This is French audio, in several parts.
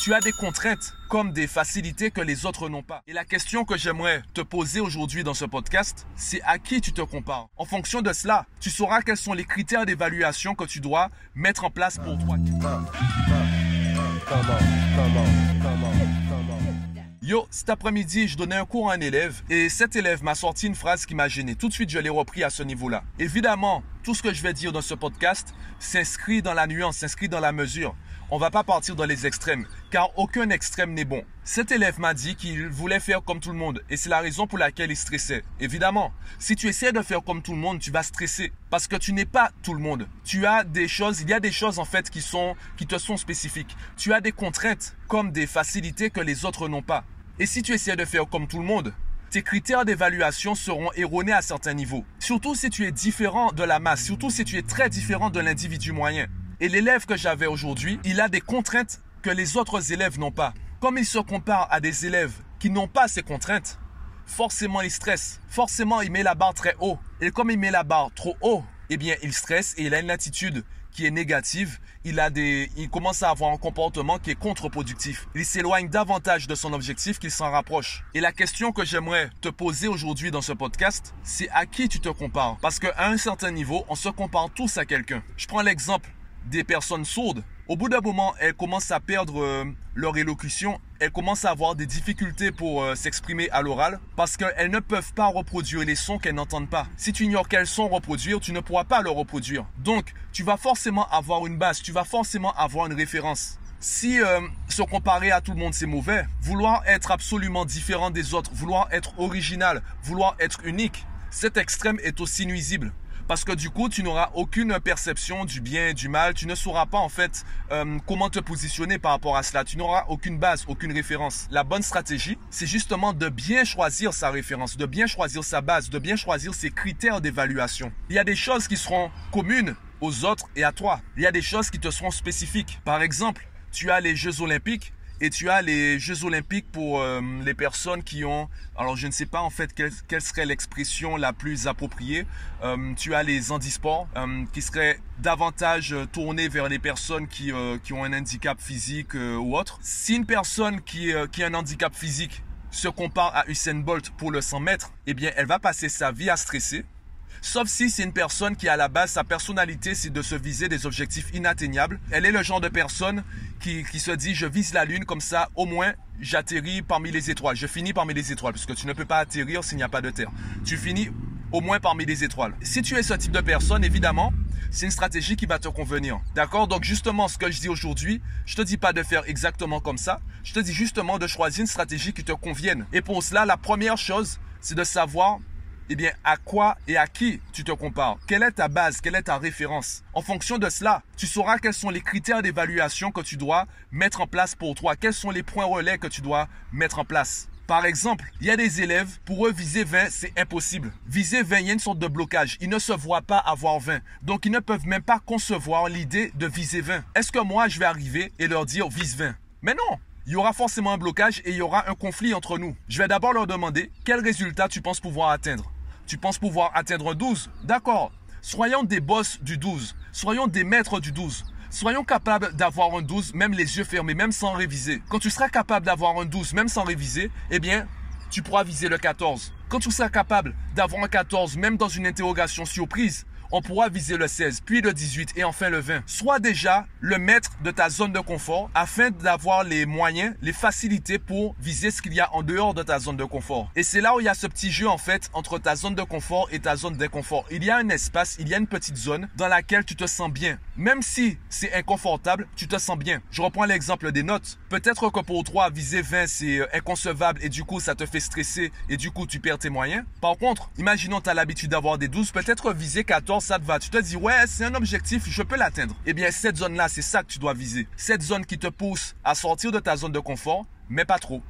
Tu as des contraintes comme des facilités que les autres n'ont pas. Et la question que j'aimerais te poser aujourd'hui dans ce podcast, c'est à qui tu te compares. En fonction de cela, tu sauras quels sont les critères d'évaluation que tu dois mettre en place pour toi. Yo, cet après-midi, je donnais un cours à un élève et cet élève m'a sorti une phrase qui m'a gêné. Tout de suite, je l'ai repris à ce niveau-là. Évidemment, tout ce que je vais dire dans ce podcast s'inscrit dans la nuance, s'inscrit dans la mesure. On ne va pas partir dans les extrêmes, car aucun extrême n'est bon. Cet élève m'a dit qu'il voulait faire comme tout le monde et c'est la raison pour laquelle il stressait. Évidemment, si tu essaies de faire comme tout le monde, tu vas stresser parce que tu n'es pas tout le monde. Il y a des choses en fait qui te sont spécifiques. Tu as des contraintes comme des facilités que les autres n'ont pas. Et si tu essaies de faire comme tout le monde, tes critères d'évaluation seront erronés à certains niveaux. Surtout si tu es différent de la masse, surtout si tu es très différent de l'individu moyen. Et l'élève que j'avais aujourd'hui, il a des contraintes que les autres élèves n'ont pas. Comme il se compare à des élèves qui n'ont pas ces contraintes, forcément il stresse. Forcément il met la barre très haut. Et comme il met la barre trop haut, eh bien il stresse et il a une attitude qui est négative. Il commence à avoir un comportement qui est contre-productif. Il s'éloigne davantage de son objectif qu'il s'en rapproche. Et la question que j'aimerais te poser aujourd'hui dans ce podcast, c'est à qui tu te compares? Parce qu'à un certain niveau, on se compare tous à quelqu'un. Je prends l'exemple des personnes sourdes. Au bout d'un moment, elles commencent à perdre leur élocution. Elles commencent à avoir des difficultés pour s'exprimer à l'oral parce qu'elles ne peuvent pas reproduire les sons qu'elles n'entendent pas. Si tu ignores quels sons reproduire, tu ne pourras pas le reproduire. Donc, tu vas forcément avoir une base, tu vas forcément avoir une référence. Si se comparer à tout le monde, c'est mauvais, vouloir être absolument différent des autres, vouloir être original, vouloir être unique, cet extrême est aussi nuisible. Parce que du coup, tu n'auras aucune perception du bien et du mal. Tu ne sauras pas en fait comment te positionner par rapport à cela. Tu n'auras aucune base, aucune référence. La bonne stratégie, c'est justement de bien choisir sa référence, de bien choisir sa base, de bien choisir ses critères d'évaluation. Il y a des choses qui seront communes aux autres et à toi. Il y a des choses qui te seront spécifiques. Par exemple, tu as les Jeux Olympiques. Et tu as les Jeux Olympiques pour les personnes qui ont... Alors, je ne sais pas en fait quelle serait l'expression la plus appropriée. Tu as les handisports qui seraient davantage tournés vers les personnes qui ont un handicap physique ou autre. Si une personne qui a un handicap physique se compare à Usain Bolt pour le 100 mètres, eh bien, elle va passer sa vie à stresser. Sauf si c'est une personne qui, à la base, sa personnalité, c'est de se viser des objectifs inatteignables. Elle est le genre de personne qui se dit, je vise la lune, comme ça, au moins, j'atterris parmi les étoiles. Je finis parmi les étoiles, parce que tu ne peux pas atterrir s'il n'y a pas de terre. Tu finis au moins parmi les étoiles. Si tu es ce type de personne, évidemment, c'est une stratégie qui va te convenir. D'accord? Donc, justement, ce que je dis aujourd'hui, je te dis pas de faire exactement comme ça. Je te dis justement de choisir une stratégie qui te convienne. Et pour cela, la première chose, c'est de savoir eh bien, à quoi et à qui tu te compares? Quelle est ta base? Quelle est ta référence? En fonction de cela, tu sauras quels sont les critères d'évaluation que tu dois mettre en place pour toi. Quels sont les points relais que tu dois mettre en place? Par exemple, il y a des élèves, pour eux, viser 20, c'est impossible. Viser 20, il y a une sorte de blocage. Ils ne se voient pas avoir 20. Donc, ils ne peuvent même pas concevoir l'idée de viser 20. Est-ce que moi, je vais arriver et leur dire vise 20? Mais non! Il y aura forcément un blocage et il y aura un conflit entre nous. Je vais d'abord leur demander quel résultat tu penses pouvoir atteindre. Tu penses pouvoir atteindre 12? D'accord. Soyons des boss du 12. Soyons des maîtres du 12. Soyons capables d'avoir un 12, même les yeux fermés, même sans réviser. Quand tu seras capable d'avoir un 12, même sans réviser, eh bien, tu pourras viser le 14. Quand tu seras capable d'avoir un 14, même dans une interrogation surprise, on pourra viser le 16, puis le 18 et enfin le 20. Sois déjà le maître de ta zone de confort afin d'avoir les moyens, les facilités pour viser ce qu'il y a en dehors de ta zone de confort. Et c'est là où il y a ce petit jeu en fait entre ta zone de confort et ta zone d'inconfort. Il y a un espace, il y a une petite zone dans laquelle tu te sens bien. Même si c'est inconfortable, tu te sens bien. Je reprends l'exemple des notes. Peut-être que pour toi, viser 20, c'est inconcevable et du coup, ça te fait stresser et du coup, tu perds tes moyens. Par contre, imaginons tu as l'habitude d'avoir des 12, peut-être viser 14, ça te va. Tu te dis, ouais, c'est un objectif, je peux l'atteindre. Eh bien, cette zone-là, c'est ça que tu dois viser. Cette zone qui te pousse à sortir de ta zone de confort, mais pas trop.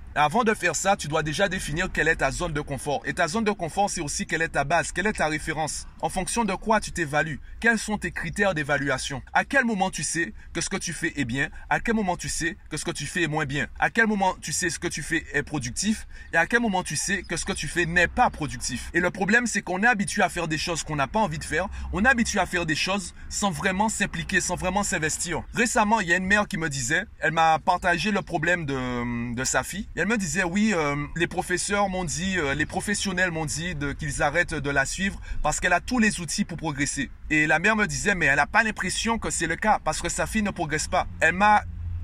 Avant de faire ça, tu dois déjà définir quelle est ta zone de confort. Et ta zone de confort, c'est aussi quelle est ta base, quelle est ta référence. En fonction de quoi tu t'évalues. Quels sont tes critères d'évaluation? À quel moment tu sais que ce que tu fais est bien? À quel moment tu sais que ce que tu fais est moins bien? À quel moment tu sais ce que tu fais est productif? Et à quel moment tu sais que ce que tu fais n'est pas productif? Et le problème, c'est qu'on est habitué à faire des choses qu'on n'a pas envie de faire. On est habitué à faire des choses sans vraiment s'impliquer, sans vraiment s'investir. Récemment, il y a une mère qui me disait, elle m'a partagé le problème de sa fille. Et elle me disait, oui, les professeurs m'ont dit, les professionnels m'ont dit qu'ils arrêtent de la suivre parce qu'elle a tous les outils pour progresser. Et la mère me disait, mais elle n'a pas l'impression que c'est le cas parce que sa fille ne progresse pas. Elle m'a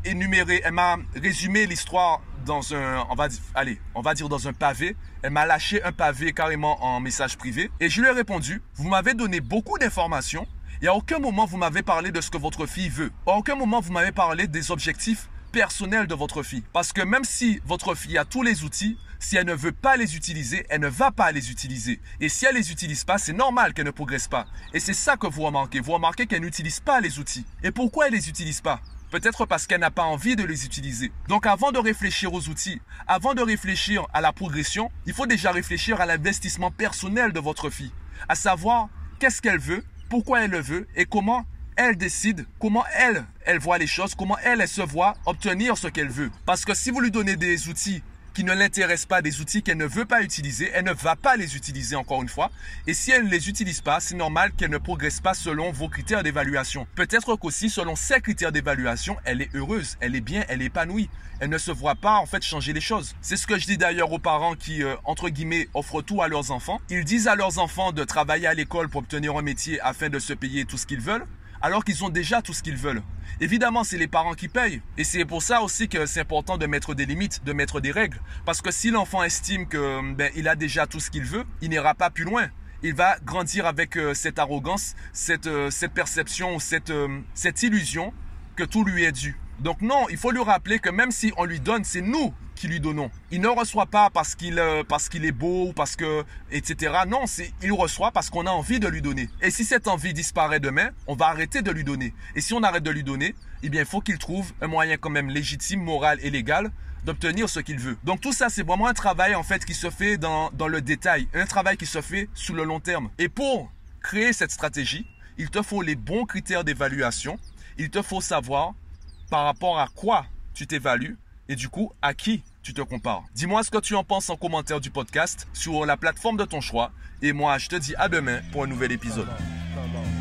résumé l'histoire dans un, on va dire dans un pavé. Elle m'a lâché un pavé carrément en message privé. Et je lui ai répondu, vous m'avez donné beaucoup d'informations. Et à aucun moment vous m'avez parlé de ce que votre fille veut. À aucun moment vous m'avez parlé des objectifs personnel de votre fille. Parce que même si votre fille a tous les outils, si elle ne veut pas les utiliser, elle ne va pas les utiliser. Et si elle les utilise pas, c'est normal qu'elle ne progresse pas. Et c'est ça que vous remarquez. Vous remarquez qu'elle n'utilise pas les outils. Et pourquoi elle les utilise pas? Peut-être parce qu'elle n'a pas envie de les utiliser. Donc avant de réfléchir aux outils, avant de réfléchir à la progression, il faut déjà réfléchir à l'investissement personnel de votre fille. À savoir, qu'est-ce qu'elle veut, pourquoi elle le veut et comment elle décide, comment elle voit les choses, comment elle se voit obtenir ce qu'elle veut. Parce que si vous lui donnez des outils qui ne l'intéressent pas, des outils qu'elle ne veut pas utiliser, elle ne va pas les utiliser encore une fois. Et si elle ne les utilise pas, c'est normal qu'elle ne progresse pas selon vos critères d'évaluation. Peut-être qu'aussi, selon ses critères d'évaluation, elle est heureuse, elle est bien, elle est épanouie. Elle ne se voit pas en fait changer les choses. C'est ce que je dis d'ailleurs aux parents qui, entre guillemets, offrent tout à leurs enfants. Ils disent à leurs enfants de travailler à l'école pour obtenir un métier afin de se payer tout ce qu'ils veulent, alors qu'ils ont déjà tout ce qu'ils veulent. Évidemment, c'est les parents qui payent. Et c'est pour ça aussi que c'est important de mettre des limites, de mettre des règles. Parce que si l'enfant estime qu'il a déjà tout ce qu'il veut, il n'ira pas plus loin. Il va grandir avec cette arrogance, cette perception, cette illusion que tout lui est dû. Donc non, il faut lui rappeler que même si on lui donne, c'est nous qui lui donnons. Il ne reçoit pas parce qu'il est beau ou parce que, etc. Non, il reçoit parce qu'on a envie de lui donner. Et si cette envie disparaît demain, on va arrêter de lui donner. Et si on arrête de lui donner, eh bien, il faut qu'il trouve un moyen quand même légitime, moral et légal d'obtenir ce qu'il veut. Donc tout ça, c'est vraiment un travail en fait qui se fait dans le détail. Un travail qui se fait sur le long terme. Et pour créer cette stratégie, il te faut les bons critères d'évaluation. Il te faut savoir par rapport à quoi tu t'évalues et du coup, à qui tu te compares. Dis-moi ce que tu en penses en commentaire du podcast sur la plateforme de ton choix. Et moi, je te dis à demain pour un nouvel épisode.